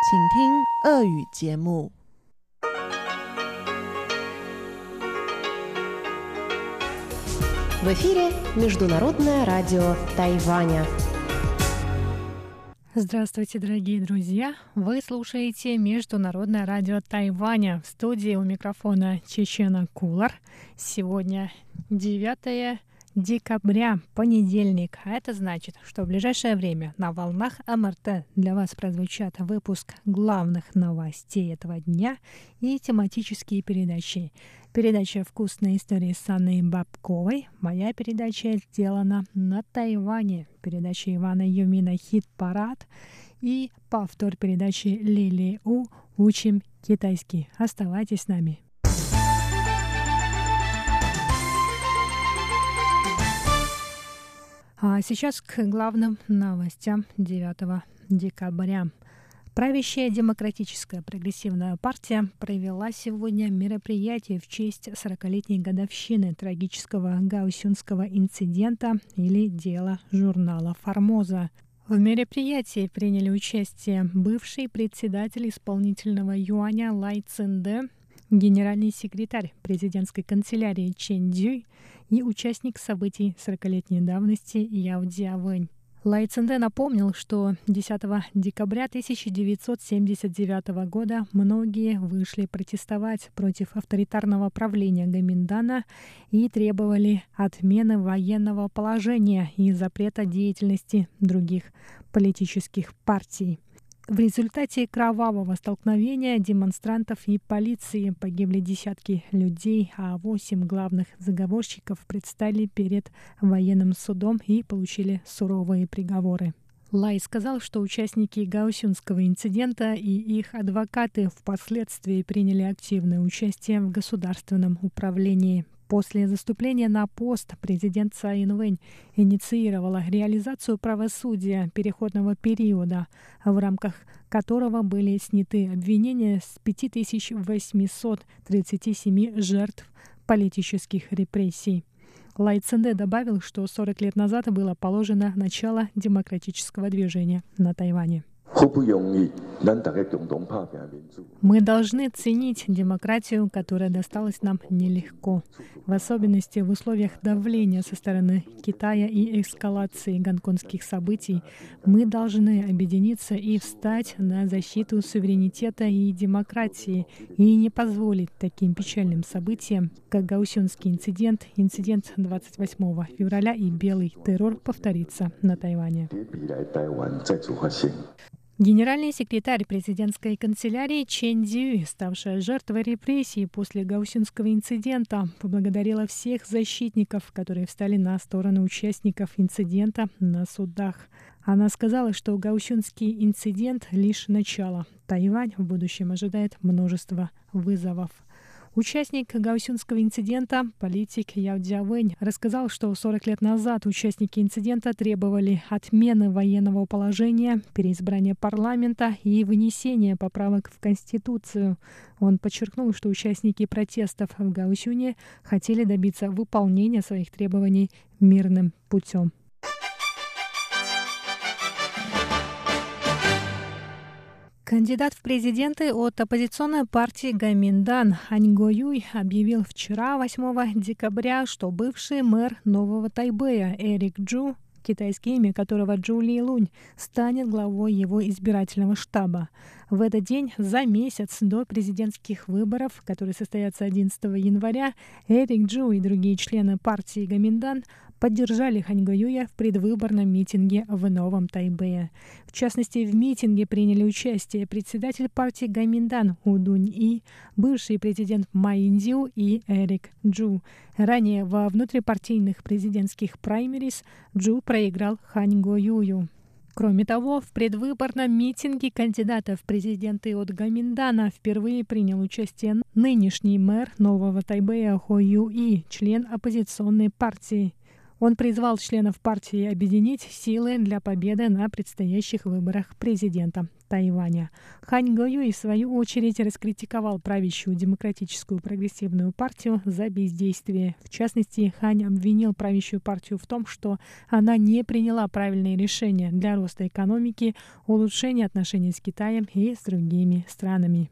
请听俄语节目。 В эфире Международное радио Тайваня. Здравствуйте, дорогие друзья! Вы слушаете Международное радио Тайваня. В студии у микрофона Чечена Кулар. Сегодня 9 декабря, понедельник. А это значит, что в ближайшее время на волнах МРТ для вас прозвучат выпуск главных новостей этого дня и тематические передачи. Передача «Вкусные истории» с Анной Бабковой. Моя передача сделана на Тайване. Передача Ивана Юмина «Хит-парад». И повтор передачи Лили У «Учим китайский». Оставайтесь с нами. А сейчас к главным новостям 9 декабря. Правящая Демократическая прогрессивная партия провела сегодня мероприятие в честь 40-летней годовщины трагического гаосюнского инцидента или дела журнала «Формоза». В мероприятии приняли участие бывший председатель исполнительного юаня Лай Цинде, генеральный секретарь президентской канцелярии Чен Цзюй и участник событий 40-летней давности Яо Цзявэнь. Лай Цинде напомнил, что 10 декабря 1979 года многие вышли протестовать против авторитарного правления Гоминдана и требовали отмены военного положения и запрета деятельности других политических партий. В результате кровавого столкновения демонстрантов и полиции погибли десятки людей, а 8 главных заговорщиков предстали перед военным судом и получили суровые приговоры. Лай сказал, что участники гаосюнского инцидента и их адвокаты впоследствии приняли активное участие в государственном управлении. После заступления на пост президент Цай Инвэнь инициировала реализацию правосудия переходного периода, в рамках которого были сняты обвинения с 5837 жертв политических репрессий. Лай Цинде добавил, что 40 лет назад было положено начало демократического движения на Тайване. Мы должны ценить демократию, которая досталась нам нелегко. В особенности в условиях давления со стороны Китая и эскалации гонконгских событий мы должны объединиться и встать на защиту суверенитета и демократии и не позволить таким печальным событиям, как гаосюнский инцидент, инцидент 28 февраля и белый террор повториться на Тайване. Генеральный секретарь президентской канцелярии Чен Цзюй, ставшая жертвой репрессий после гаосюнского инцидента, поблагодарила всех защитников, которые встали на сторону участников инцидента на судах. Она сказала, что гаосюнский инцидент — лишь начало. Тайвань в будущем ожидает множество вызовов. Участник гаосюнского инцидента, политик Яо Цзявэнь, рассказал, что 40 лет назад участники инцидента требовали отмены военного положения, переизбрания парламента и вынесения поправок в Конституцию. Он подчеркнул, что участники протестов в Гаосюне хотели добиться выполнения своих требований мирным путем. Кандидат в президенты от оппозиционной партии Гоминдан Хань Го-юй объявил вчера, 8 декабря, что бывший мэр Нового Тайбэя Эрик Чжу, китайское имя которого Чжу Лилунь, станет главой его избирательного штаба. В этот день, за месяц до президентских выборов, которые состоятся 11 января, Эрик Чжу и другие члены партии Гоминдан поддержали Хань Го-юя в предвыборном митинге в Новом Тайбэе. В частности, в митинге приняли участие председатель партии Гоминдан У Дунь-и, бывший президент Ма Ин-дзю и Эрик Чжу. Ранее во внутрипартийных президентских праймериз Чжу проиграл Хань Го-юю. Кроме того, в предвыборном митинге кандидата в президенты от Гоминдана впервые принял участие нынешний мэр Нового Тайбэя Хо Ю-и, член оппозиционной партии. Он призвал членов партии объединить силы для победы на предстоящих выборах президента Тайваня. Хань Гаоюй, в свою очередь, раскритиковал правящую Демократическую прогрессивную партию за бездействие. В частности, Хань обвинил правящую партию в том, что она не приняла правильные решения для роста экономики, улучшения отношений с Китаем и с другими странами.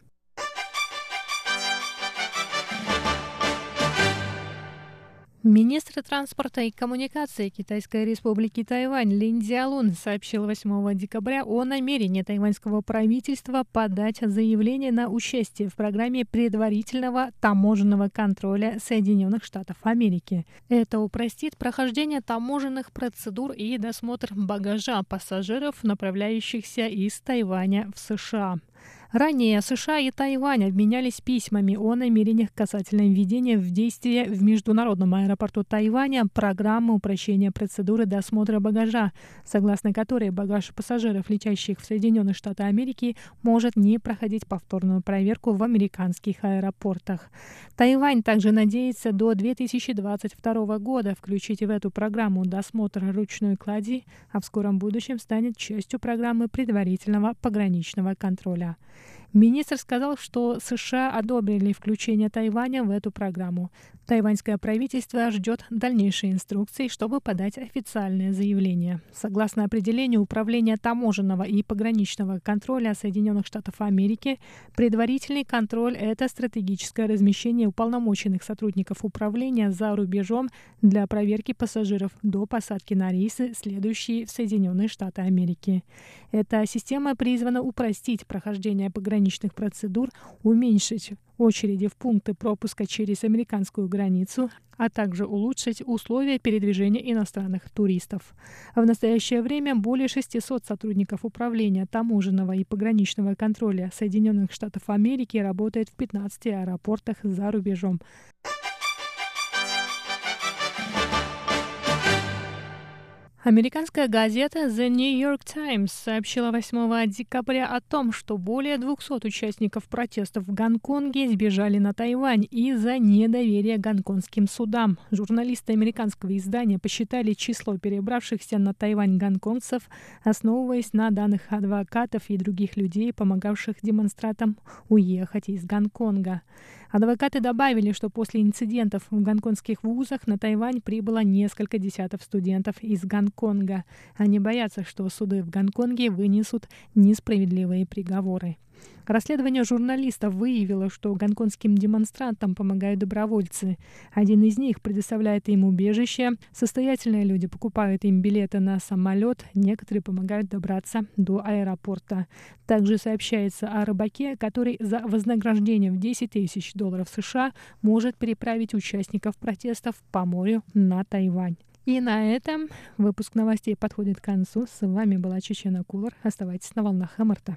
Министр транспорта и коммуникации Китайской республики Тайвань Лин Цзялун сообщил 8 декабря о намерении тайваньского правительства подать заявление на участие в программе предварительного таможенного контроля Соединенных Штатов Америки. Это упростит прохождение таможенных процедур и досмотр багажа пассажиров, направляющихся из Тайваня в США. Ранее США и Тайвань обменялись письмами о намерениях касательно введения в действие в международном аэропорту Тайваня программы упрощения процедуры досмотра багажа, согласно которой багаж пассажиров, летящих в Соединенные Штаты Америки, может не проходить повторную проверку в американских аэропортах. Тайвань также надеется до 2022 года включить в эту программу досмотр ручной клади, а в скором будущем станет частью программы предварительного пограничного контроля. Министр сказал, что США одобрили включение Тайваня в эту программу. Тайваньское правительство ждет дальнейшие инструкции, чтобы подать официальное заявление. Согласно определению Управления таможенного и пограничного контроля Соединенных Штатов Америки, предварительный контроль – это стратегическое размещение уполномоченных сотрудников управления за рубежом для проверки пассажиров до посадки на рейсы, следующие в Соединенные Штаты Америки. Эта система призвана упростить прохождение пограничных процедур, уменьшить очереди в пункты пропуска через американскую границу, а также улучшить условия передвижения иностранных туристов. В настоящее время более 600 сотрудников управления таможенного и пограничного контроля Соединенных Штатов Америки работает в 15 аэропортах за рубежом. Американская газета The New York Times сообщила 8 декабря о том, что более 200 участников протестов в Гонконге сбежали на Тайвань из-за недоверия гонконгским судам. Журналисты американского издания посчитали число перебравшихся на Тайвань гонконгцев, основываясь на данных адвокатов и других людей, помогавших демонстрантам уехать из Гонконга. Адвокаты добавили, что после инцидентов в гонконгских вузах на Тайвань прибыло несколько десятков студентов из Гонконга. Они боятся, что суды в Гонконге вынесут несправедливые приговоры. Расследование журналистов выявило, что гонконгским демонстрантам помогают добровольцы. Один из них предоставляет им убежище, состоятельные люди покупают им билеты на самолет, некоторые помогают добраться до аэропорта. Также сообщается о рыбаке, который за вознаграждение в $10 тысяч США может переправить участников протестов по морю на Тайвань. И на этом выпуск новостей подходит к концу. С вами была Чечена Кулар. Оставайтесь на волнах МРТ.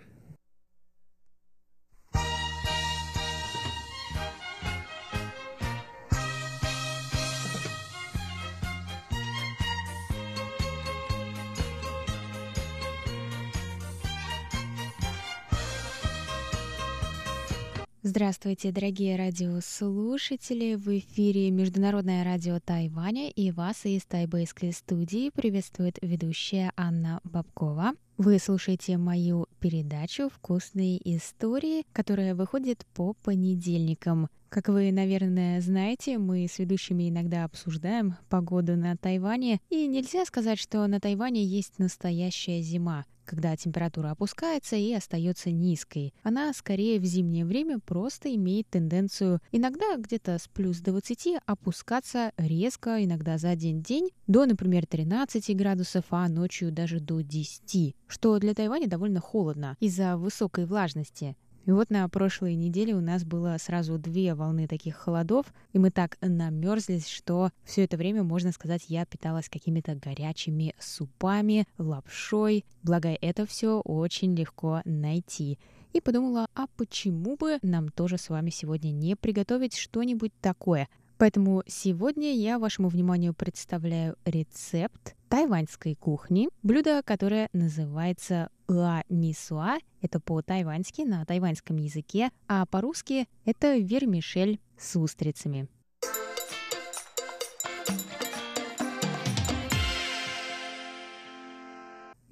Здравствуйте, дорогие радиослушатели! В эфире Международное радио Тайваня, и вас из тайбэйской студии приветствует ведущая Анна Бабкова. Вы слушаете мою передачу «Вкусные истории», которая выходит по понедельникам. Как вы, наверное, знаете, мы с ведущими иногда обсуждаем погоду на Тайване, и нельзя сказать, что на Тайване есть настоящая зима, когда температура опускается и остается низкой. Она скорее в зимнее время просто имеет тенденцию иногда где-то с плюс 20 опускаться резко, иногда за один день, до, например, 13 градусов, а ночью даже до 10, что для Тайваня довольно холодно из-за высокой влажности. И вот на прошлой неделе у нас было сразу 2 волны таких холодов, и мы так намерзлись, что все это время, можно сказать, я питалась какими-то горячими супами, лапшой. Благо, это все очень легко найти. И подумала, а почему бы нам тоже с вами сегодня не приготовить что-нибудь такое? Поэтому сегодня я вашему вниманию представляю рецепт тайваньской кухни, блюдо, которое называется ла мисуа. Это по-тайваньски, на тайваньском языке, а по-русски это вермишель с устрицами.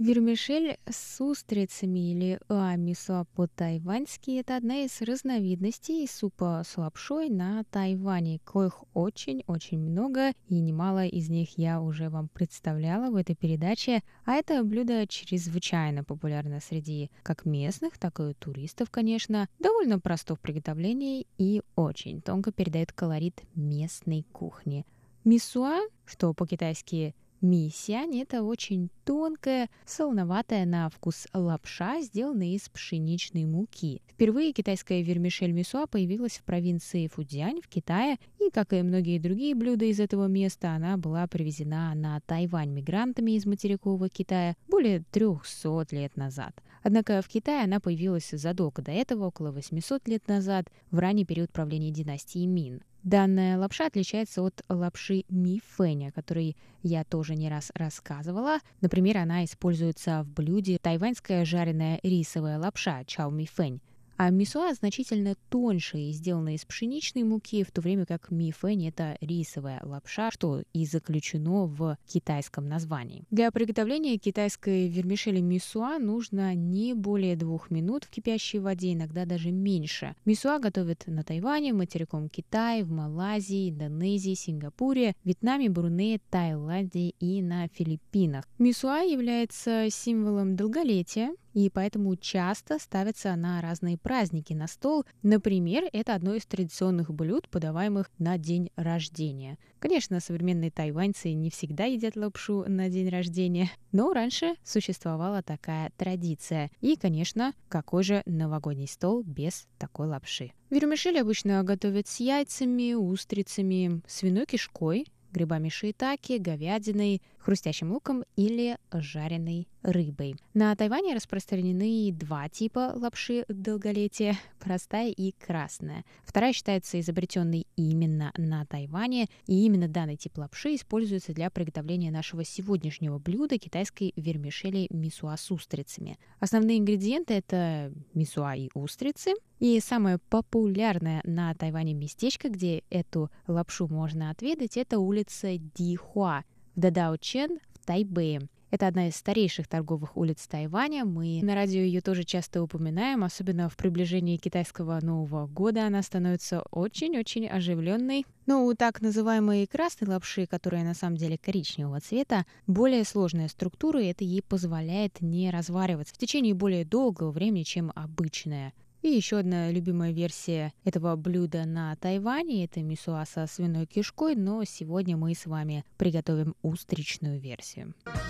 Вермишель с устрицами или мисуа по-тайваньски – это одна из разновидностей супа с лапшой на Тайване, коих очень-очень много, и немало из них я уже вам представляла в этой передаче. А это блюдо чрезвычайно популярно среди как местных, так и туристов, конечно. Довольно просто в приготовлении и очень тонко передает колорит местной кухни. Мисуа, что по-китайски мисянь, это очень тонкая, солоноватая на вкус лапша, сделанная из пшеничной муки. Впервые китайская вермишель мисуа появилась в провинции Фудзянь в Китае, и, как и многие другие блюда из этого места, она была привезена на Тайвань мигрантами из материкового Китая более 300 лет назад. Однако в Китае она появилась задолго до этого, около 800 лет назад, в ранний период правления династии Мин. Данная лапша отличается от лапши мифэнь, о которой я тоже не раз рассказывала. Например, она используется в блюде тайваньская жареная рисовая лапша чао мифэнь. А мисуа значительно тоньше и сделана из пшеничной муки, в то время как мифэнь – это рисовая лапша, что и заключено в китайском названии. Для приготовления китайской вермишели мисуа нужно не более 2 минут в кипящей воде, иногда даже меньше. Мисуа готовят на Тайване, материком Китае, в Малайзии, Индонезии, Сингапуре, Вьетнаме, Брунее, Таиланде и на Филиппинах. Мисуа является символом долголетия, и поэтому часто ставятся на разные праздники на стол. Например, это одно из традиционных блюд, подаваемых на день рождения. Конечно, современные тайваньцы не всегда едят лапшу на день рождения, но раньше существовала такая традиция. И, конечно, какой же новогодний стол без такой лапши? Вермишель обычно готовят с яйцами, устрицами, свиной кишкой, грибами шиитаке, говядиной, хрустящим луком или жареной рыбой. На Тайване распространены 2 типа лапши долголетия – простая и красная. Вторая считается изобретенной именно на Тайване, и именно данный тип лапши используется для приготовления нашего сегодняшнего блюда китайской вермишели мисуа с устрицами. Основные ингредиенты – это мисуа и устрицы. И самое популярное на Тайване местечко, где эту лапшу можно отведать, это улица Дихуа в Дадаочен в Тайбэе. Это одна из старейших торговых улиц Тайваня. Мы на радио ее тоже часто упоминаем, особенно в приближении китайского Нового года. Она становится очень-очень оживленной. Но у так называемой красной лапши, которая на самом деле коричневого цвета, более сложная структура, и это ей позволяет не развариваться в течение более долгого времени, чем обычная. И еще одна любимая версия этого блюда на Тайване – это мисуа со свиной кишкой, но сегодня мы с вами приготовим устричную версию.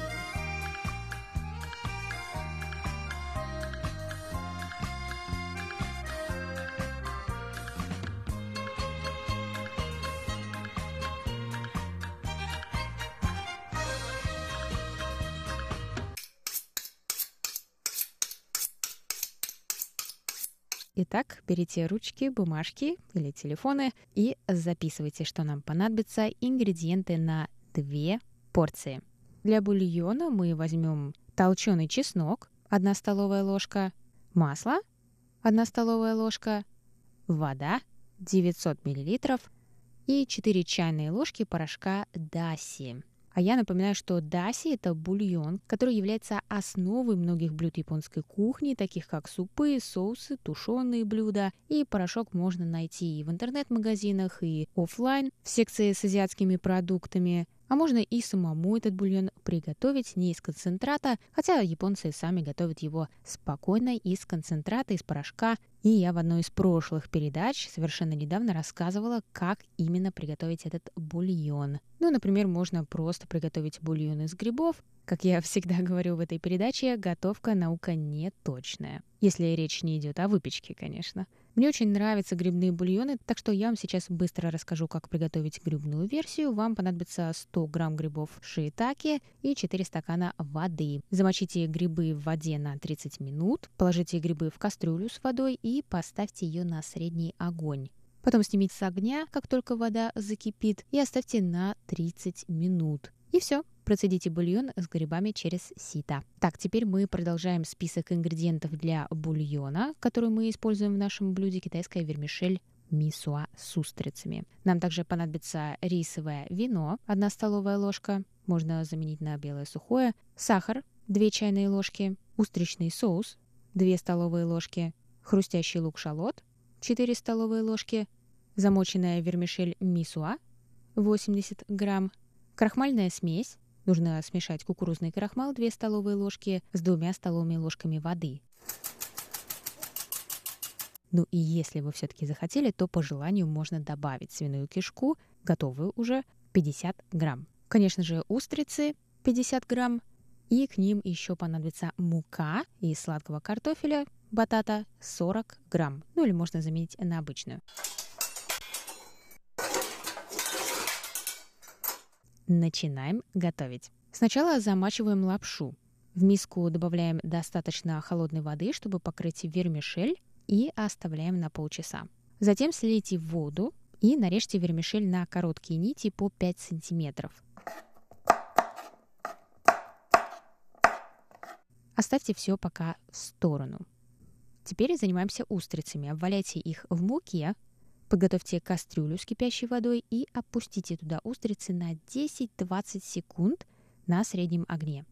Итак, берите ручки, бумажки или телефоны и записывайте, что нам понадобится ингредиенты на 2 порции. Для бульона мы возьмем толченый чеснок, 1 столовая ложка, масло, 1 столовая ложка, вода, 900 мл и 4 чайные ложки порошка даси. А я напоминаю, что даси – это бульон, который является основой многих блюд японской кухни, таких как супы, соусы, тушеные блюда. И порошок можно найти и в интернет-магазинах, и офлайн в секции с азиатскими продуктами. А можно и самому этот бульон приготовить не из концентрата, хотя японцы сами готовят его спокойно из концентрата, из порошка. И я в одной из прошлых передач совершенно недавно рассказывала, как именно приготовить этот бульон. Ну, например, можно просто приготовить бульон из грибов. Как я всегда говорю в этой передаче, готовка – наука не точная. Если речь не идет о выпечке, конечно. Мне очень нравятся грибные бульоны, так что я вам сейчас быстро расскажу, как приготовить грибную версию. Вам понадобится 100 грамм грибов шиитаке и 4 стакана воды. Замочите грибы в воде на 30 минут, положите грибы в кастрюлю с водой и поставьте ее на средний огонь. Потом снимите с огня, как только вода закипит, и оставьте на 30 минут. И все. Процедите бульон с грибами через сито. Так, теперь мы продолжаем список ингредиентов для бульона, который мы используем в нашем блюде китайская вермишель мисуа с устрицами. Нам также понадобится рисовое вино, 1 столовая ложка, можно заменить на белое сухое, сахар 2 чайные ложки, устричный соус 2 столовые ложки, хрустящий лук-шалот 4 столовые ложки, замоченная вермишель мисуа 80 грамм, крахмальная смесь. Нужно смешать кукурузный крахмал 2 столовые ложки с 2 столовыми ложками воды. Ну и если вы все-таки захотели, то по желанию можно добавить свиную кишку, готовую уже, 50 грамм. Конечно же, устрицы 50 грамм. И к ним еще понадобится мука из сладкого картофеля, батата 40 грамм. Ну или можно заменить на обычную. Начинаем готовить. Сначала замачиваем лапшу. В миску добавляем достаточно холодной воды, чтобы покрыть вермишель, и оставляем на полчаса. Затем слейте воду и нарежьте вермишель на короткие нити по 5 сантиметров. Оставьте все пока в сторону. Теперь занимаемся устрицами. Обваляйте их в муке, подготовьте кастрюлю с кипящей водой и опустите туда устрицы на 10-20 секунд на среднем огне.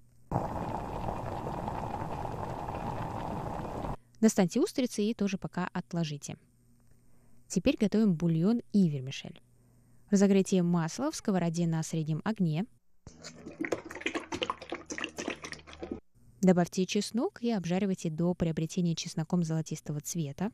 Достаньте устрицы и тоже пока отложите. Теперь готовим бульон и вермишель. Разогрейте масло в сковороде на среднем огне. Добавьте чеснок и обжаривайте до приобретения чесноком золотистого цвета.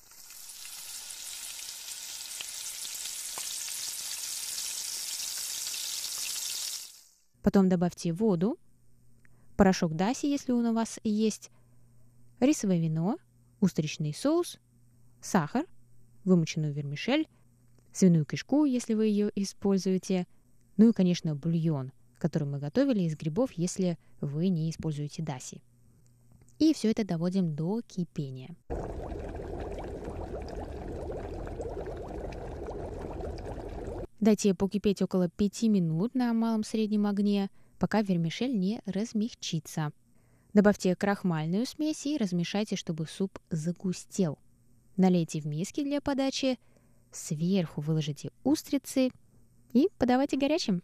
Потом добавьте воду, порошок даси, если он у вас есть, рисовое вино, устричный соус, сахар, вымоченную вермишель, свиную кишку, если вы ее используете, ну и, конечно, бульон, который мы готовили из грибов, если вы не используете даси. И все это доводим до кипения. Дайте покипеть около 5 минут на малом-среднем огне, пока вермишель не размягчится. Добавьте крахмальную смесь и размешайте, чтобы суп загустел. Налейте в миски для подачи, сверху выложите устрицы и подавайте горячим.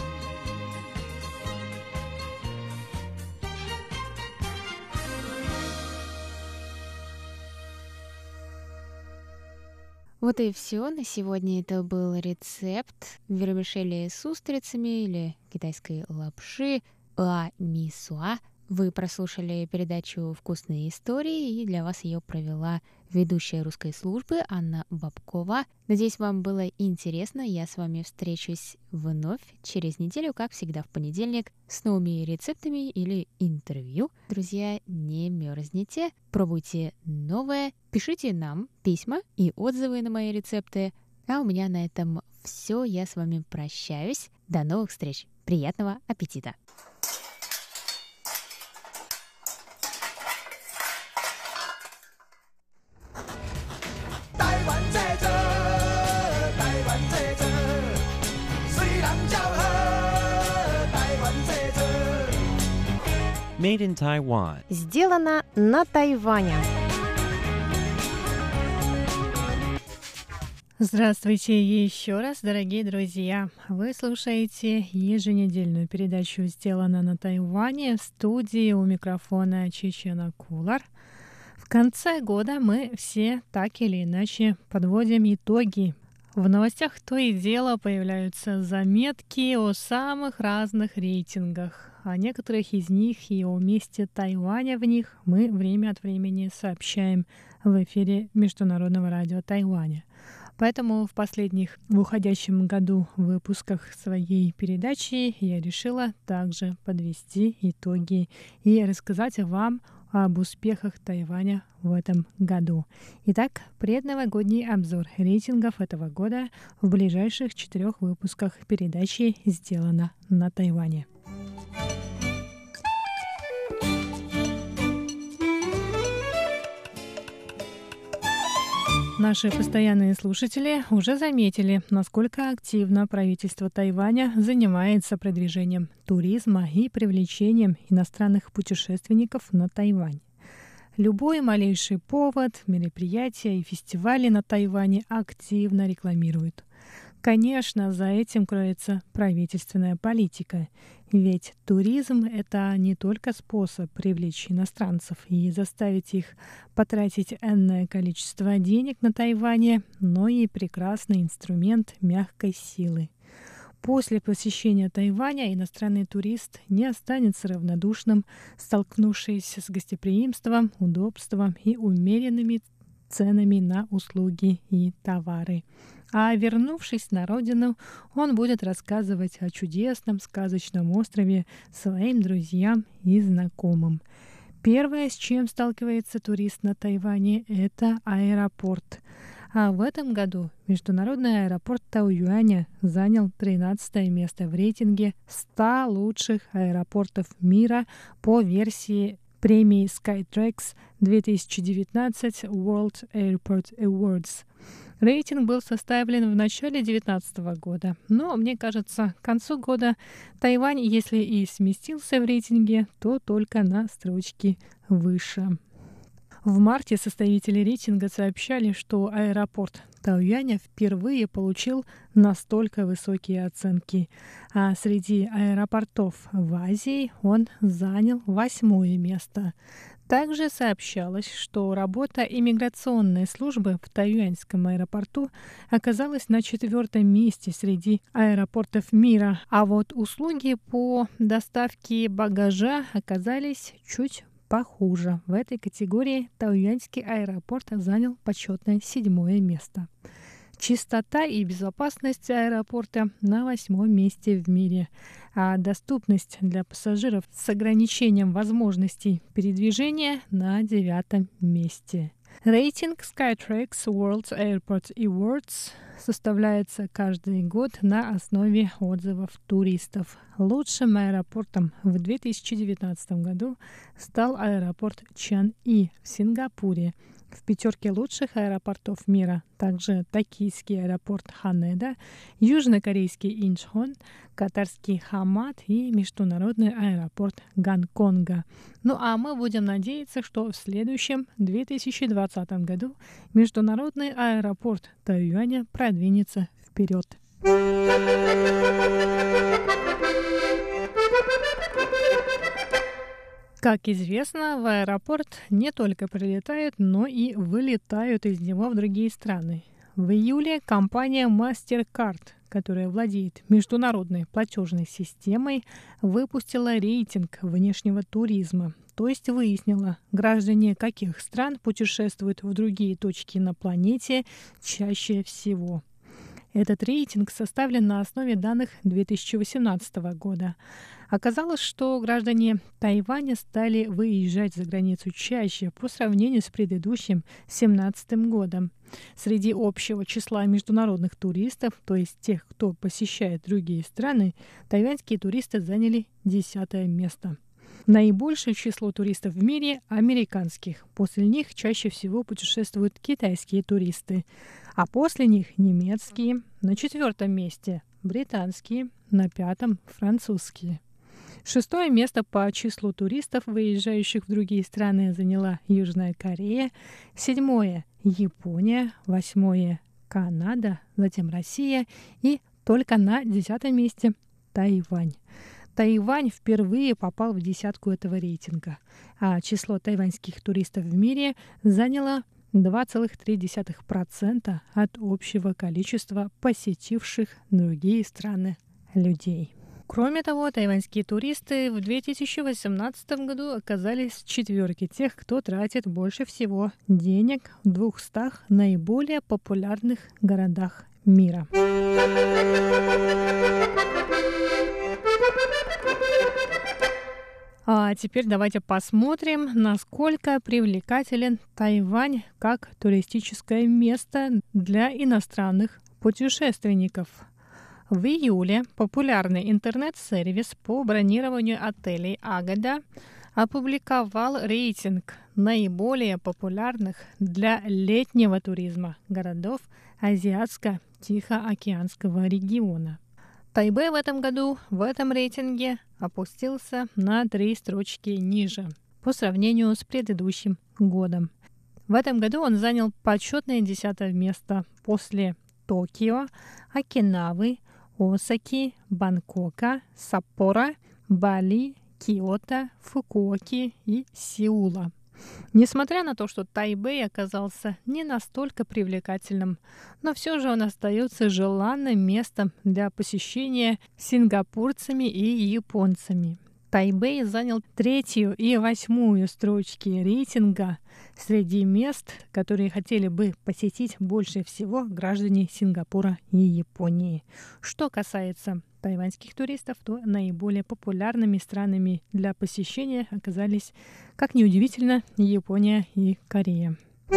Вот и все. На сегодня это был рецепт вермишели с устрицами или китайской лапши ла мисуа. Вы прослушали передачу «Вкусные истории», и для вас ее провела ведущая русской службы Анна Бабкова. Надеюсь, вам было интересно. Я с вами встречусь вновь через неделю, как всегда в понедельник, с новыми рецептами или интервью. Друзья, не мерзните, пробуйте новое, пишите нам письма и отзывы на мои рецепты. А у меня на этом все. Я с вами прощаюсь. До новых встреч. Приятного аппетита! Made in Taiwan. Сделано на Тайване. Здравствуйте еще раз, дорогие друзья! Вы слушаете еженедельную передачу «Сделано на Тайване», в студии у микрофона Чечена Кулар. В конце года мы все так или иначе подводим итоги. В новостях то и дело появляются заметки о самых разных рейтингах. О некоторых из них и о месте Тайваня в них мы время от времени сообщаем в эфире Международного радио Тайваня. Поэтому в последних в уходящем году выпусках своей передачи я решила также подвести итоги и рассказать вам об успехах Тайваня в этом году. Итак, предновогодний обзор рейтингов этого года в ближайших 4 выпусках передачи «Сделано на Тайване». Наши постоянные слушатели уже заметили, насколько активно правительство Тайваня занимается продвижением туризма и привлечением иностранных путешественников на Тайвань. Любой малейший повод, мероприятия и фестивали на Тайване активно рекламируют. Конечно, за этим кроется правительственная политика. Ведь туризм — это не только способ привлечь иностранцев и заставить их потратить энное количество денег на Тайване, но и прекрасный инструмент мягкой силы. После посещения Тайваня иностранный турист не останется равнодушным, столкнувшись с гостеприимством, удобством и умеренными ценами на услуги и товары. А вернувшись на родину, он будет рассказывать о чудесном сказочном острове своим друзьям и знакомым. Первое, с чем сталкивается турист на Тайване, это аэропорт. А в этом году международный аэропорт Таоюаня занял 13 место в рейтинге 100 лучших аэропортов мира по версии премии Skytrax 2019 World Airport Awards. Рейтинг был составлен в начале 2019 года, но, мне кажется, к концу года Тайвань, если и сместился в рейтинге, то только на строчки выше. В марте составители рейтинга сообщали, что аэропорт Таоюаня впервые получил настолько высокие оценки, а среди аэропортов в Азии он занял 8 место. Также сообщалось, что работа иммиграционной службы в Тайюаньском аэропорту оказалась на 4 месте среди аэропортов мира, а вот услуги по доставке багажа оказались чуть похуже. В этой категории Таоюаньский аэропорт занял почетное 7 место. Чистота и безопасность аэропорта на 8 месте в мире, а доступность для пассажиров с ограничением возможностей передвижения на 9 месте. Рейтинг Skytrax World Airport Awards составляется каждый год на основе отзывов туристов. Лучшим аэропортом в 2019 году стал аэропорт Чан-И в Сингапуре. В 5 лучших аэропортов мира также токийский аэропорт Ханеда, южнокорейский Инчхон, катарский Хамад и международный аэропорт Гонконга. Ну а мы будем надеяться, что в следующем 2020 году международный аэропорт Таоюаня продвинется вперед. Как известно, в аэропорт не только прилетают, но и вылетают из него в другие страны. В июле компания MasterCard, которая владеет международной платежной системой, выпустила рейтинг внешнего туризма, то есть выяснила, граждане каких стран путешествуют в другие точки на планете чаще всего. Этот рейтинг составлен на основе данных 2018 года. Оказалось, что граждане Тайваня стали выезжать за границу чаще по сравнению с предыдущим 2017 годом. Среди общего числа международных туристов, то есть тех, кто посещает другие страны, тайваньские туристы заняли 10 место. Наибольшее число туристов в мире – американских. После них чаще всего путешествуют китайские туристы. А после них немецкие, на 4 месте британские, на 5 французские. 6 место по числу туристов, выезжающих в другие страны, заняла Южная Корея, 7 Япония, 8 Канада, затем Россия и только на 10 месте Тайвань. Тайвань впервые попал в десятку этого рейтинга, а число тайваньских туристов в мире заняло 2,3% от общего количества посетивших другие страны людей. Кроме того, тайваньские туристы в 2018 году оказались в 4 тех, кто тратит больше всего денег в 200 наиболее популярных городах мира. А теперь давайте посмотрим, насколько привлекателен Тайвань как туристическое место для иностранных путешественников. В июле популярный интернет-сервис по бронированию отелей Агада опубликовал рейтинг наиболее популярных для летнего туризма городов Азиатско-Тихоокеанского региона. Тайбэй в этом году в этом рейтинге опустился на 3 строчки ниже по сравнению с предыдущим годом. В этом году он занял почетное 10 место после Токио, Окинавы, Осаки, Бангкока, Саппоро, Бали, Киото, Фукуоки и Сеула. Несмотря на то, что Тайбэй оказался не настолько привлекательным, но все же он остается желанным местом для посещения сингапурцами и японцами. Тайбэй занял 3-ю и 8-ю строчки рейтинга среди мест, которые хотели бы посетить больше всего граждане Сингапура и Японии. Что касается тайваньских туристов, то наиболее популярными странами для посещения оказались, как ни удивительно, Япония и Корея.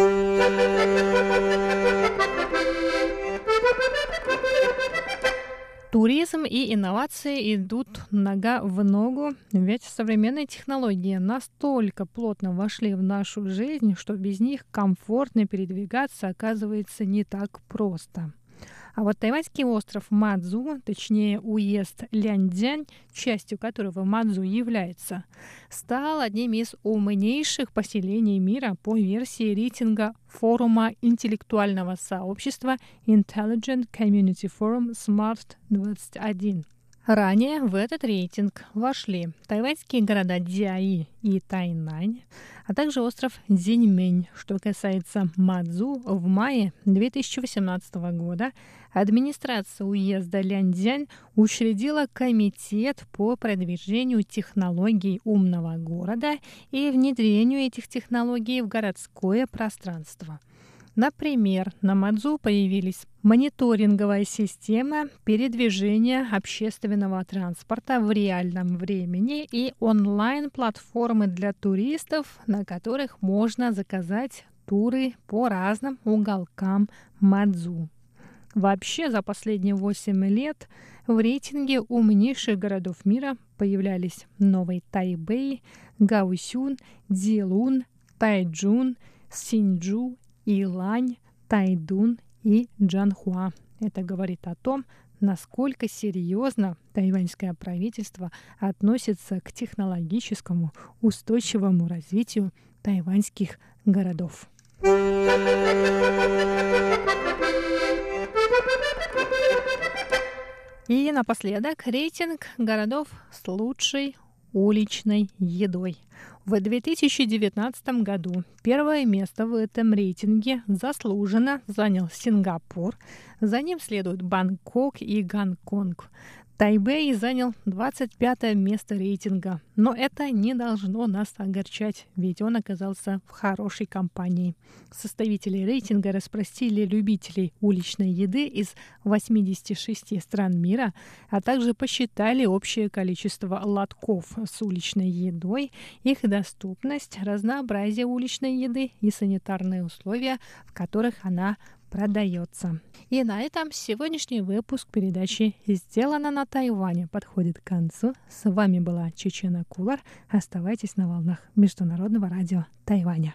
Туризм и инновации идут нога в ногу, ведь современные технологии настолько плотно вошли в нашу жизнь, что без них комфортно передвигаться оказывается не так просто. А вот тайваньский остров Мадзу, точнее уезд Ляньцзянь, частью которого Мадзу является, стал одним из умнейших поселений мира по версии рейтинга форума интеллектуального сообщества Intelligent Community Forum Smart 21. Ранее в этот рейтинг вошли тайваньские города Цзяи и Тайнань, а также остров Цзиньмэнь. Что касается Мадзу, в мае 2018 года администрация уезда Ляньцзянь учредила комитет по продвижению технологий умного города и внедрению этих технологий в городское пространство. Например, на Мадзу появились мониторинговая система передвижения общественного транспорта в реальном времени и онлайн-платформы для туристов, на которых можно заказать туры по разным уголкам Мадзу. Вообще, за последние 8 лет в рейтинге умнейших городов мира появлялись Новый Тайбэй, Гаосюн, Цзилун, Тайчжун, Синьчжу, Илань, Тайдун и Чжанхуа. Это говорит о том, насколько серьезно тайваньское правительство относится к технологическому устойчивому развитию тайваньских городов. И напоследок рейтинг городов с лучшей уличной едой. В 2019 году первое место в этом рейтинге заслуженно занял Сингапур, за ним следуют Бангкок и Гонконг. Тайбэй занял 25 место рейтинга, но это не должно нас огорчать, ведь он оказался в хорошей компании. Составители рейтинга распростили любителей уличной еды из 86 стран мира, а также посчитали общее количество лотков с уличной едой, их доступность, разнообразие уличной еды и санитарные условия, в которых она продается. И на этом сегодняшний выпуск передачи «Сделано на Тайване» подходит к концу. С вами была Чечена Кулар. Оставайтесь на волнах Международного радио Тайваня.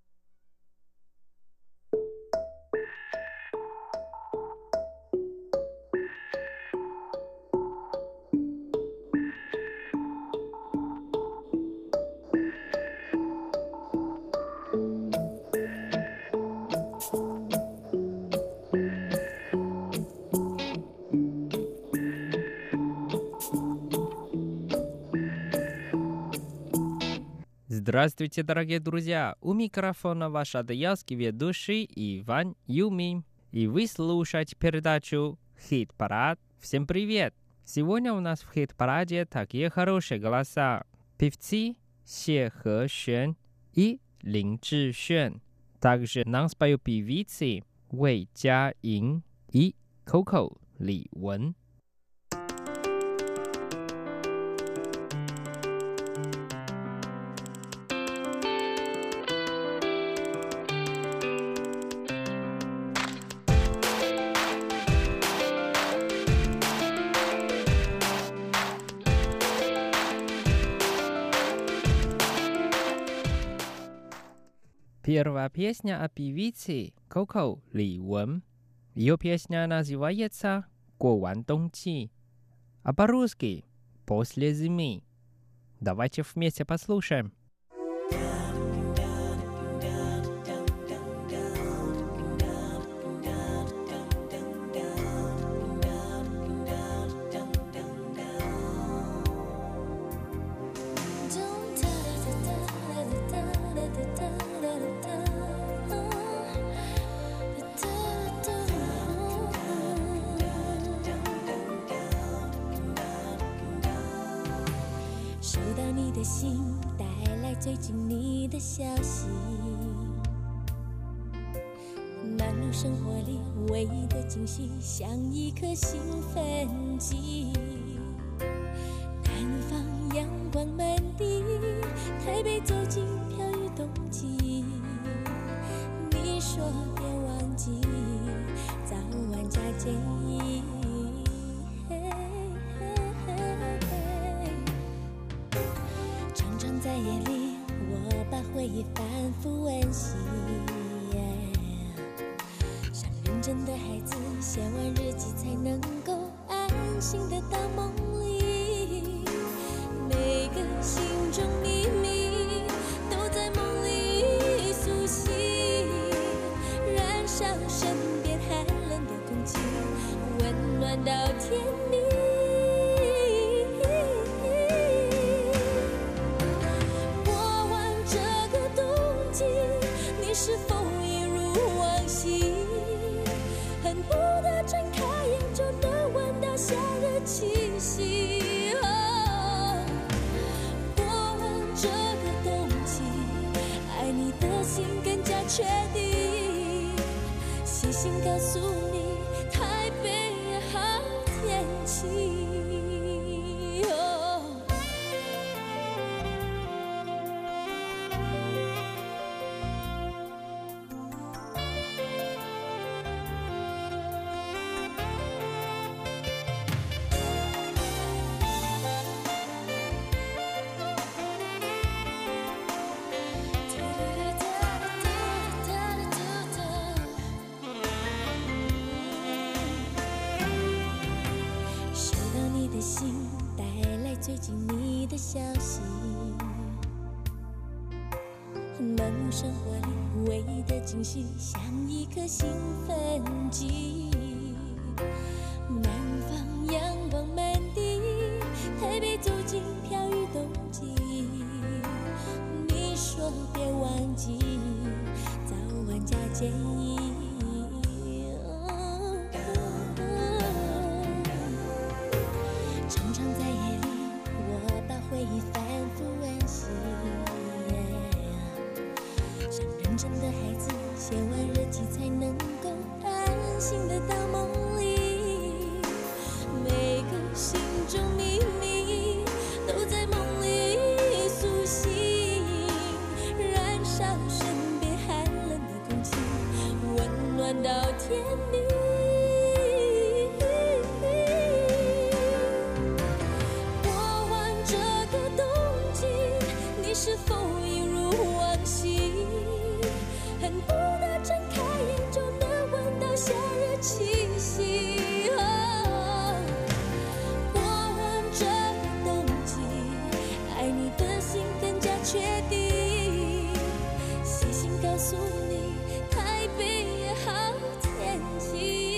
Здравствуйте, дорогие друзья! У микрофона ваш адаялский ведущий Иван Юмин. И вы слушаете передачу «Хит-парад». Всем привет! Сегодня у нас в хит-параде такие хорошие голоса. Певцы Xie Hexuan и Лин Чжишуан. Также нам споют певицы Вэй Jiaying и Coco Ли Wen. Первая песня о певице Coco Ли Wen. Ее песня называется «Го ван дong qi», а по-русски «После зимы». Давайте вместе послушаем. 最近你的消息，忙碌生活里唯一的惊喜，像一颗兴奋剂。南方阳光满地，台北走进飘雨冬季。你说别忘记，早晚加建议。常常在夜里，我把回忆反复温习。像认真的孩子，写完日记才能够安心的到梦里。每个心中秘密都在梦里苏醒，燃烧身边寒冷的空气，温暖到天明。过完这个冬季，你是否一如往昔，恨不得睁开眼就能闻到夏日气息。过完这个冬季，爱你的心更加确定。写信告诉你，台北好天气。收到你的信，带来最近你的消息。忙碌生活里唯一的惊喜，像一颗兴奋剂。南方阳光满地，台北走进飘雨冬季。你说别忘记，早晚加建议。常常在夜里，我把回忆反复温习。像认真的孩子，写完日记才能够安心的到梦里。每个心中秘密都在梦里苏醒，燃烧身边寒冷的空气，温暖到天明。你是否一如往昔，恨不得睁开眼就能闻到夏日气息。过完这个冬季，爱你的心更加确定。写信告诉你，台北也好天气。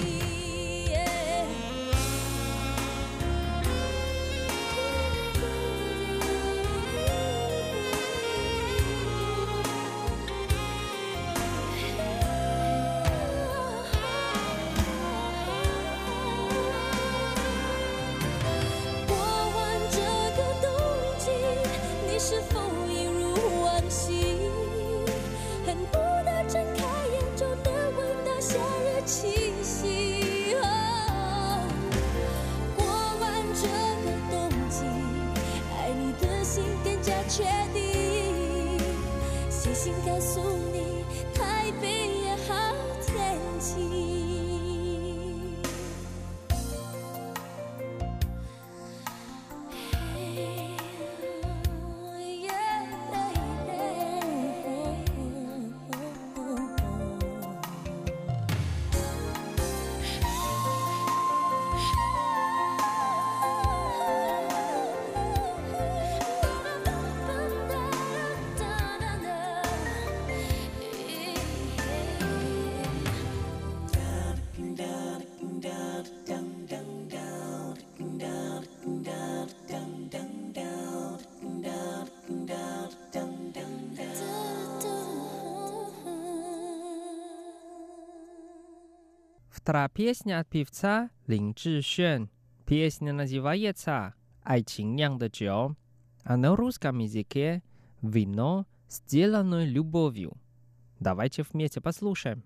你是否一如往昔，恨不得睁开眼就能闻到夏日气息。过完这个冬季，爱你的心更加确定。写信告诉你，台北也好天气。 Вторая песня от певца Лин Чжишен. Песня называется «Айчин Нян де Джо», а на русском языке «Вино, сделанное любовью». Давайте вместе послушаем.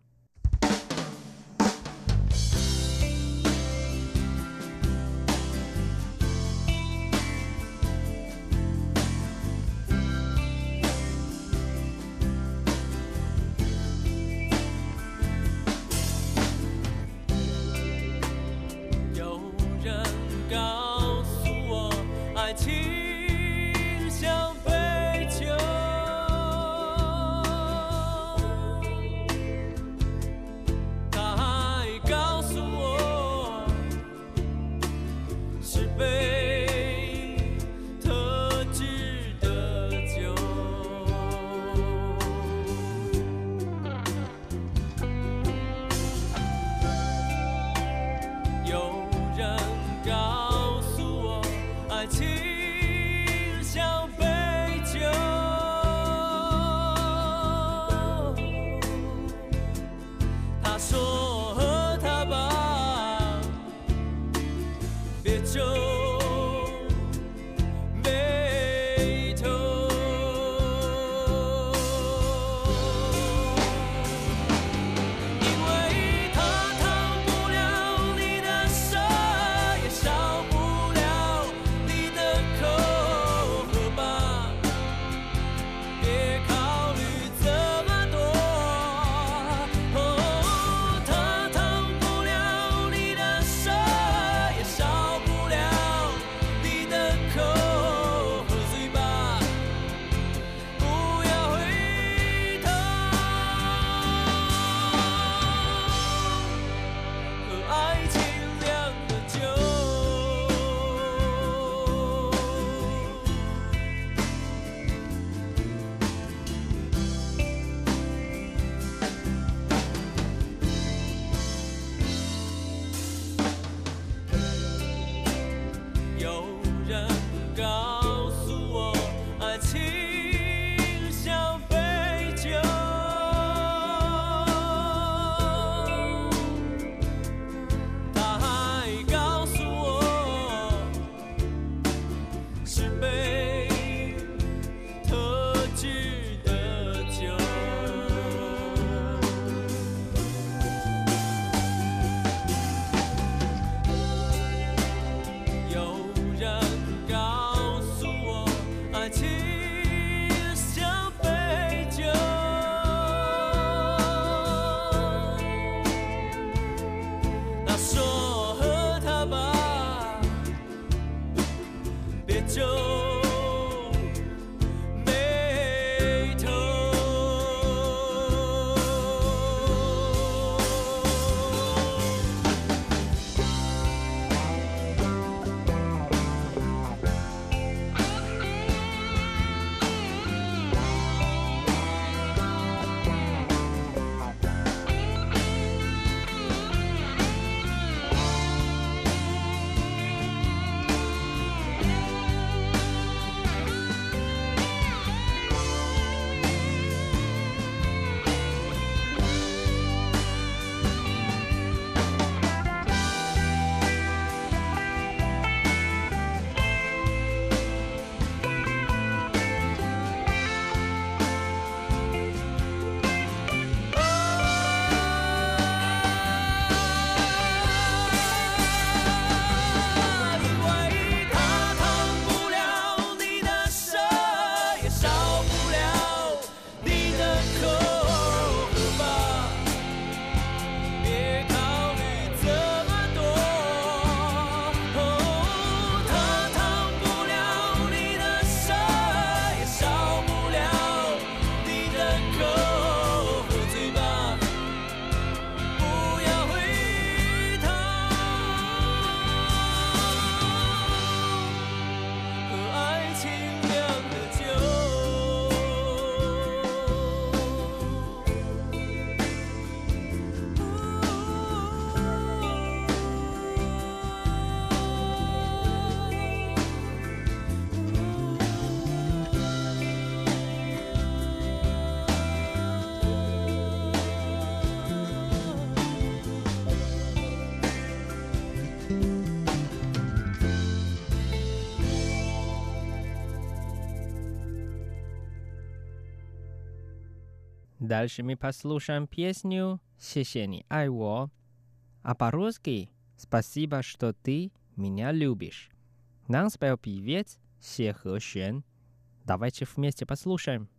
Дальше мы послушаем песню «谢谢你爱我», а по-русски «Спасибо, что ты меня любишь». Нам спел певец Се Хэшэн. Давайте вместе послушаем.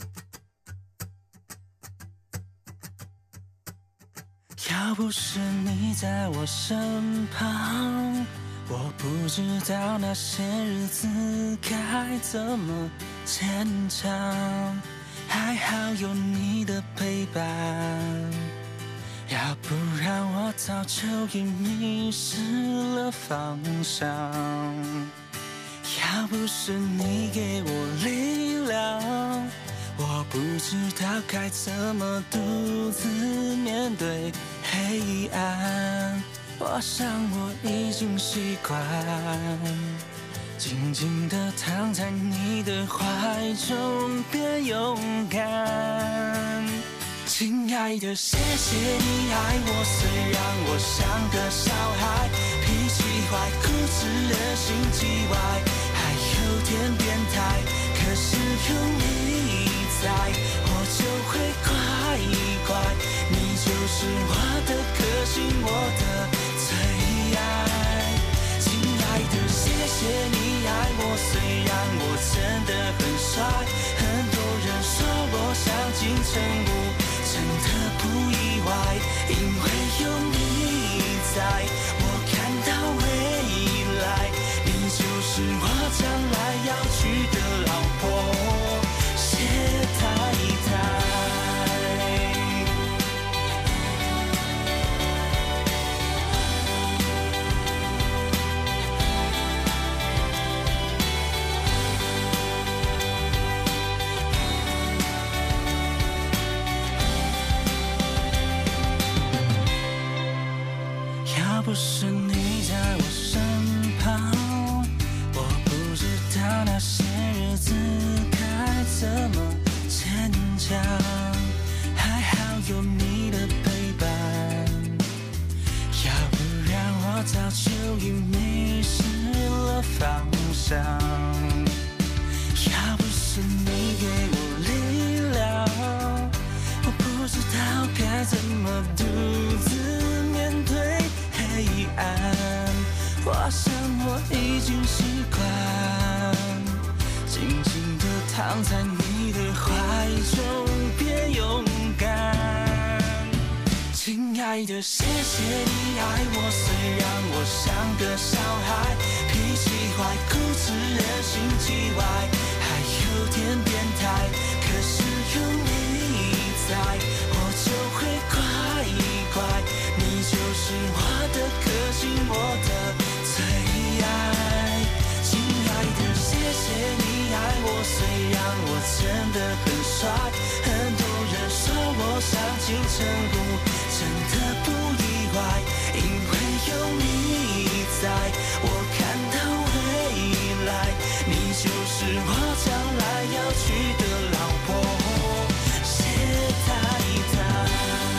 要不是你在我身旁，我不知道那些日子该怎么坚强。还好有你的陪伴，要不然我早就已迷失了方向。要不是你给我力量，我不知道该怎么独自面对黑暗。我想我已经习惯静静地躺在你的怀中，变勇敢。亲爱的，谢谢你爱我，虽然我像个小孩，脾气坏，固执，人心叽歪，还有点变态。可是有你在，我就会乖乖。你就是我的个性，我的最爱。亲爱的，谢谢你爱我，虽然我真的很帅，很多人说我像金城武，真的不意外，因为有你在，我看到未来，你就是我将来要娶的老婆，谢太太。要不是你在我身旁，我不知道那些日子该怎么坚强。还好有你的陪伴，要不然我早就已迷失了方向。要不是你给我力量，我不知道该怎么独自面对黑暗。我想我已经习惯静静地躺在你的怀中，别勇敢。亲爱的，谢谢你爱我，虽然我像个小孩，脾气坏，固执，人心叽歪，还有点变态。可是有你在，我就会乖乖。你就是我的个性，我的最爱。亲爱的，谢谢你爱我，虽然我真的很帅，很多人说我像金城武，真的不意外，因为有你在，我看到未来，你就是我将来要娶的老婆，谢太太。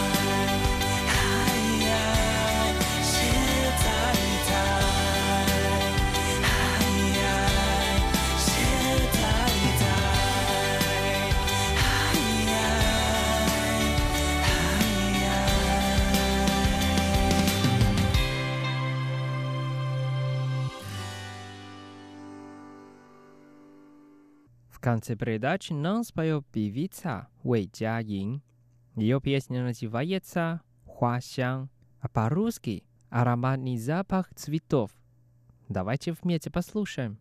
В конце передачи нам споет певица Вэй Jiaying. Ее песня называется «Хуашян», а по-русски «Ароматный запах цветов». Давайте вместе послушаем.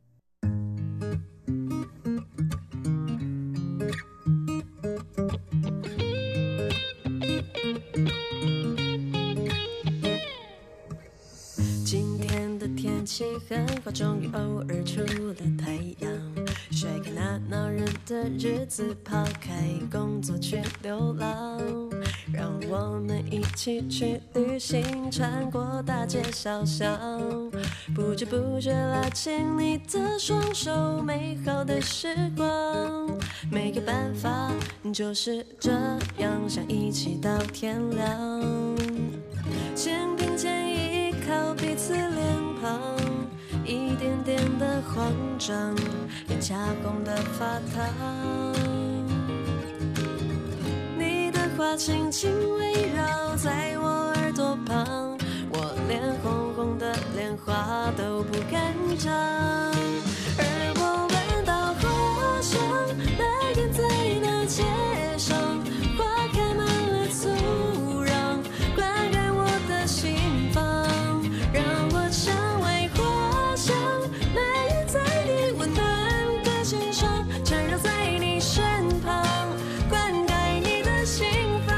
今天的天气很好，终于偶尔出了太阳，甩开那恼人的日子，抛开工作去流浪，让我们一起去旅行，穿过大街小巷，不知不觉拉紧你的双手，美好的时光，没有办法，就是这样，想一起到天亮，肩并肩依靠彼此脸庞，一点点的慌张，脸颊红得发烫。你话轻轻围绕在我耳朵旁，我连红红的莲花都不敢张。而我闻到花香蔓延在那街上，花开满了土壤，灌溉我的心房，让我成为花香蔓延在你温暖的心上，缠绕在你身旁，灌溉你的心房。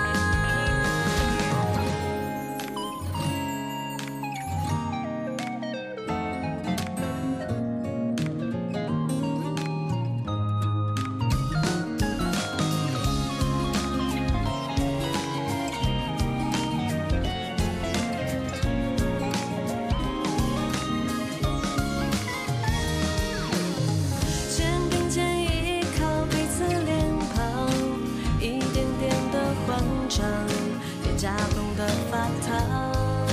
肩并肩依靠彼此脸庞，一点点的慌张，脸颊痛的发烫。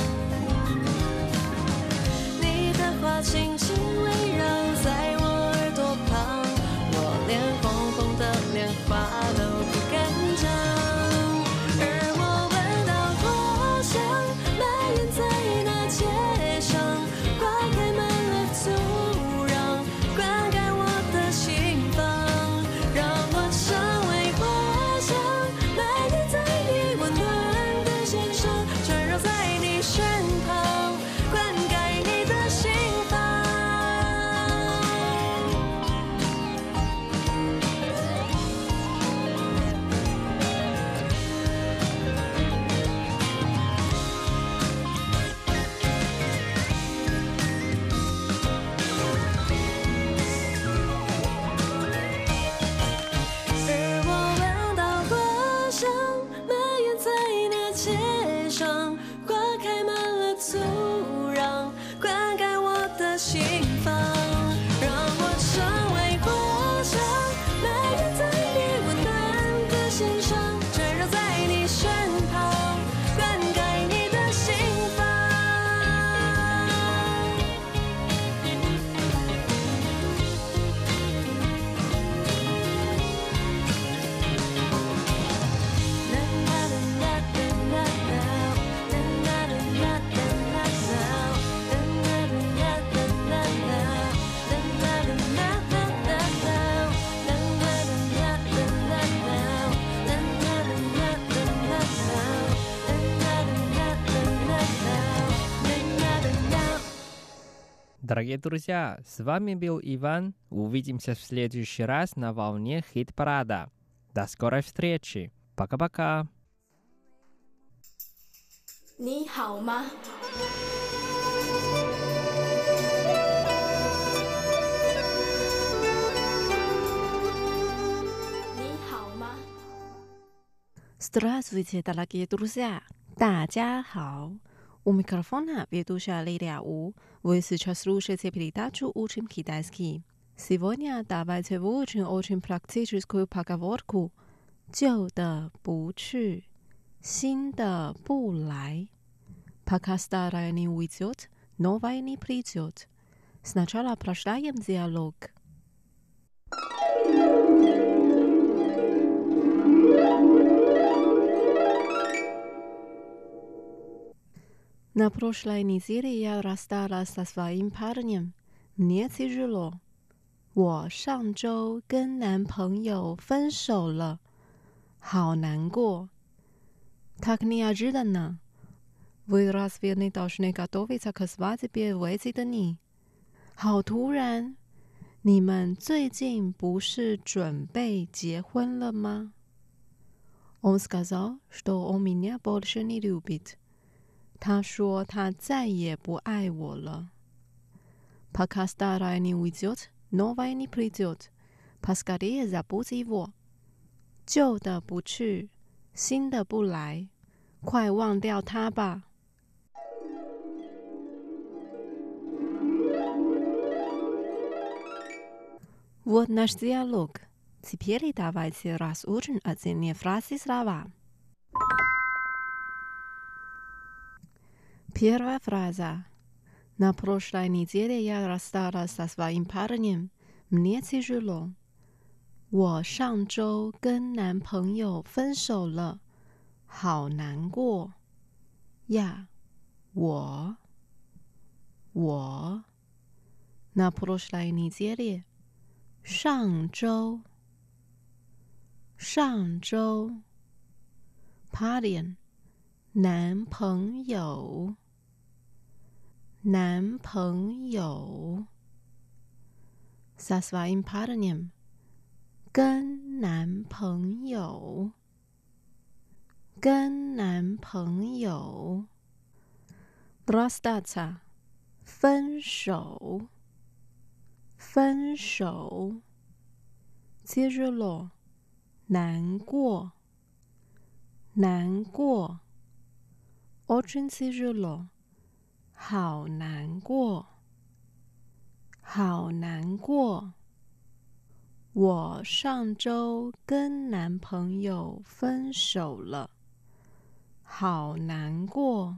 你的话轻轻围绕在我耳朵旁，我连红红的莲花都不敢张。而我闻到花香蔓延在那街上，花开满了土壤，灌溉我的心房，让我成为花香蔓延在你温暖的心上，缠绕在你身旁，灌溉你的心房。而我闻到花香蔓延在那街上，花开满了土壤，灌溉我的心房，让我成为花香蔓延在你温暖的心上，缠绕在你身旁，灌溉你的心房。 Дорогие друзья, с вами был Иван. Увидимся в следующий раз на волне хит-парада. До скорой встречи. Пока-пока. 你好吗？你好吗？ Здравствуйте, дорогие друзья! 大家好! У микрофона ведущая Лилия У. Вы сейчас слушаете передачу «Учим китайский». Сегодня давайте выучим очень практическую поговорку 旧的不去，新的不来. Пока старое не уйдет, новое не придет. Сначала прочитаем диалог. На прошлой неделе я рассталась со своим парнем. Мне тяжело. 我上周跟男朋友分手了，好难过。Так неожиданно. Вы разве не должны готовиться к свадьбе в эти дни? 好突然。你们最近不是准备结婚了吗？ Он сказал, что он меня больше не любит. 他说他再也不爱我了。Пока старое не уйдет, новое не придет. Поскорее забудь его. 旧的不去，新的不来，快忘掉它吧。Вот наш диалог. Теперь давайте разучим отдельные фразы слова. Первая фраза. На прошлой неделе я рассталась со своим парнем. Мне тяжело. 我上周跟男朋友分手了，好难过呀。我 На прошлой неделе 上周 Парень 男朋友 Со своим парнем 跟男朋友 Расстаться 分手 Тяжело 难过 Очень тяжело 好难过我上周跟男朋友分手了，好难过。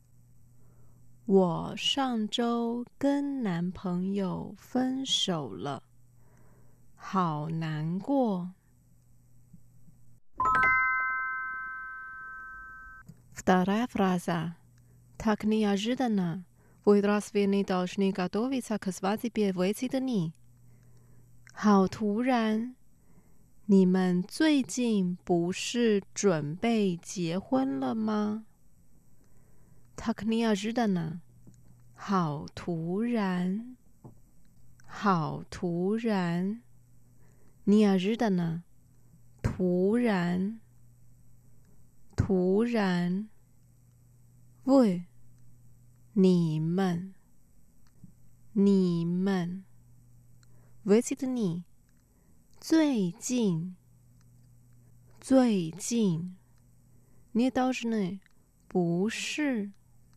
我上周跟男朋友分手了，好难过。Вторая фраза. Так неожиданно. Вы разве не должны готовиться к свадьбе в эти дни? 好突然！你们最近不是准备结婚了吗？ Так неожиданно. 好突然！好突然！ Неожиданно. 突然！突然！ Вы. 你们！你们！ В эти дни. 最近！最近！ Не должны. 不是！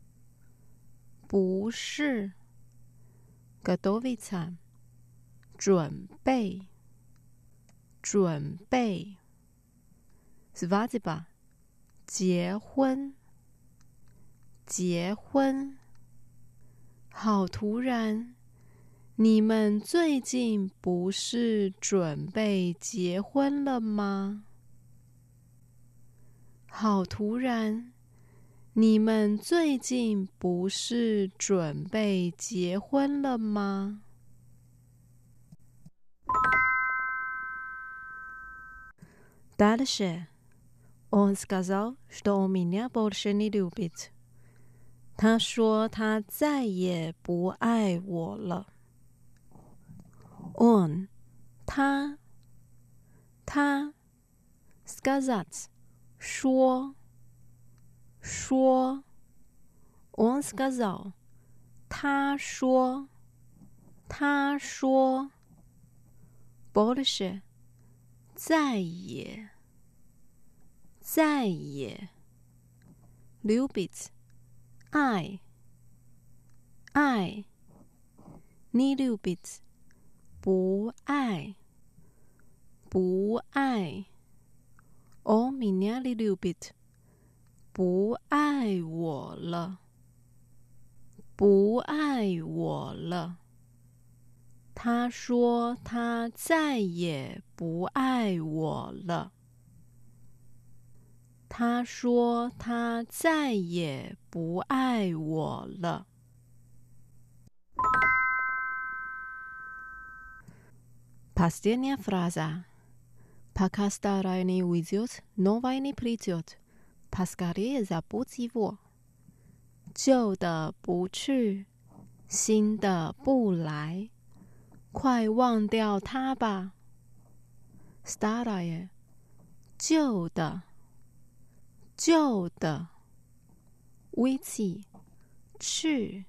不是！ Готовиться. 准备！准备！ Свадьба. 结婚！结婚！好突然！你们最近不是准备结婚了吗？好突然！你们最近不是准备结婚了吗？ Дальше. Он сказал, что он меня больше не любит. 他说他再也不爱我了。Он 他 сказать 说 Он сказал 他说 больше 再也 любит 爱 не любит 不爱 Он меня не любит 不爱我了他说他再也不爱我了他说他再也不爱我了。Последняя фраза. Пока старая не уйдет, новая не придет. Поскорее забудь его. 旧的不去，新的不来，快忘掉它吧。Старая. 旧的。Уйти 去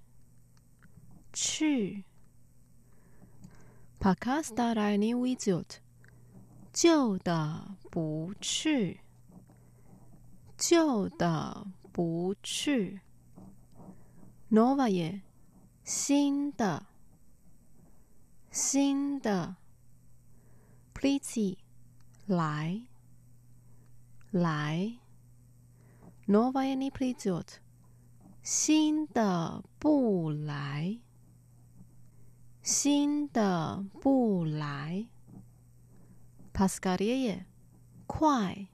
Пока старая не уйдет 旧的不去 Новое 新的 Прийти 来 Новая не придет 新的不来 新的 Поскорее, 快，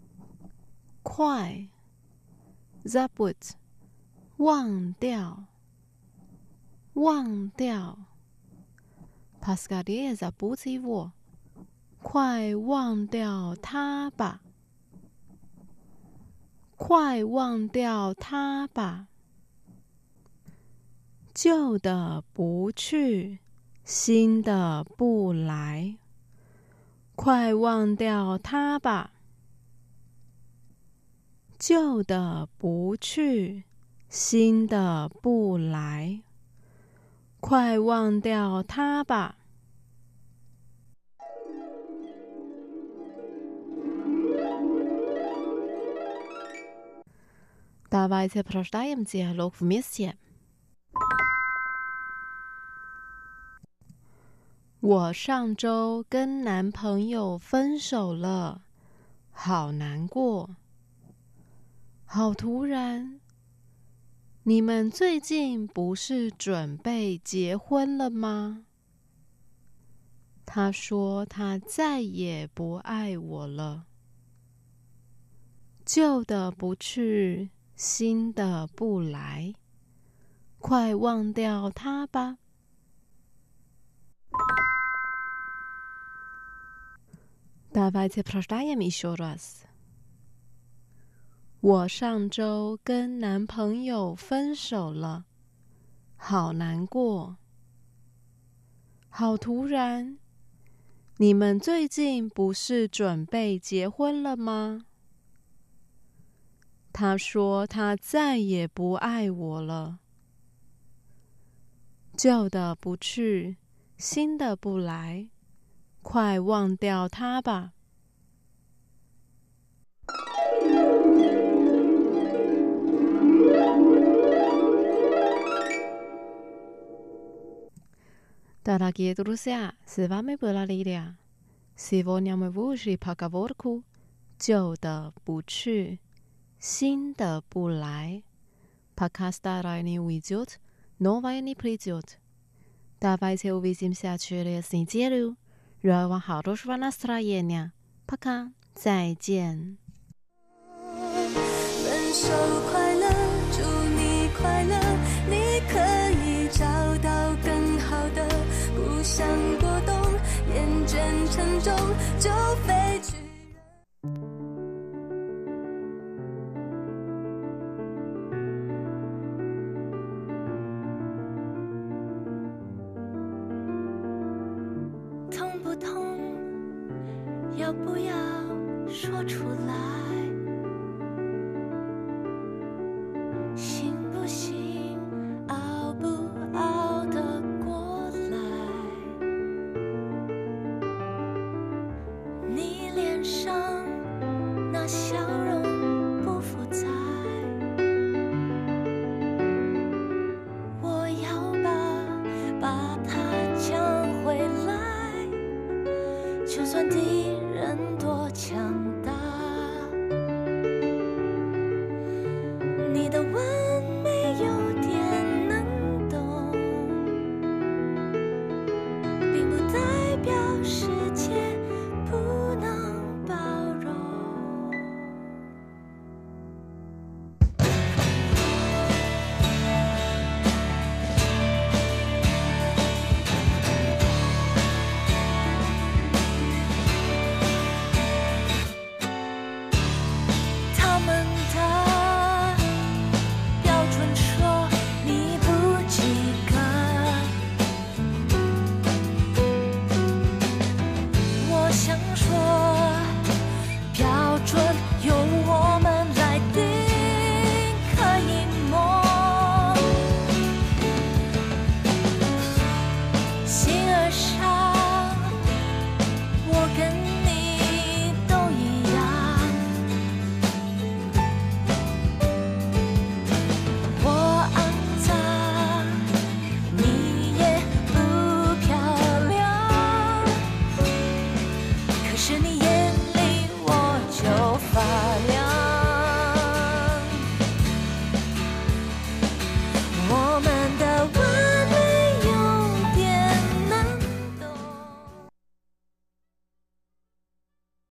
快。Забудь，忘掉，忘掉。Поскорее забудь его，快忘掉他吧，快忘掉他吧。旧的不去，新的不来，快忘掉它吧。旧的不去，新的不来，快忘掉它吧。Давайте прочитаем диалог вместе. 我上周跟男朋友分手了，好难过，好突然。你们最近不是准备结婚了吗？他说他再也不爱我了。旧的不去，新的不来，快忘掉他吧。Давайте прочитаем еще раз. 我上周跟男朋友分手了，好难过，好突然。你们最近不是准备结婚了吗？他说他再也不爱我了。旧的不去，新的不来，快忘掉他吧。Дорогие друзья, с вами была Лилия. Сегодня мы выучили поговорку «旧的不去，新的不来». Пока старое не уйдет, новое не придет. Давайте увидимся через неделю. Желаю вам хорошего настроения. Пока. 再见。 分手快乐，祝你快乐，你可以找到更好的，不想过冬，厌倦沉重，就飞去。痛不痛？要不要说出来？行不行？熬不熬得过来？你脸上那笑容不复在，我要把它抢回来，就算敌人多强大，你的温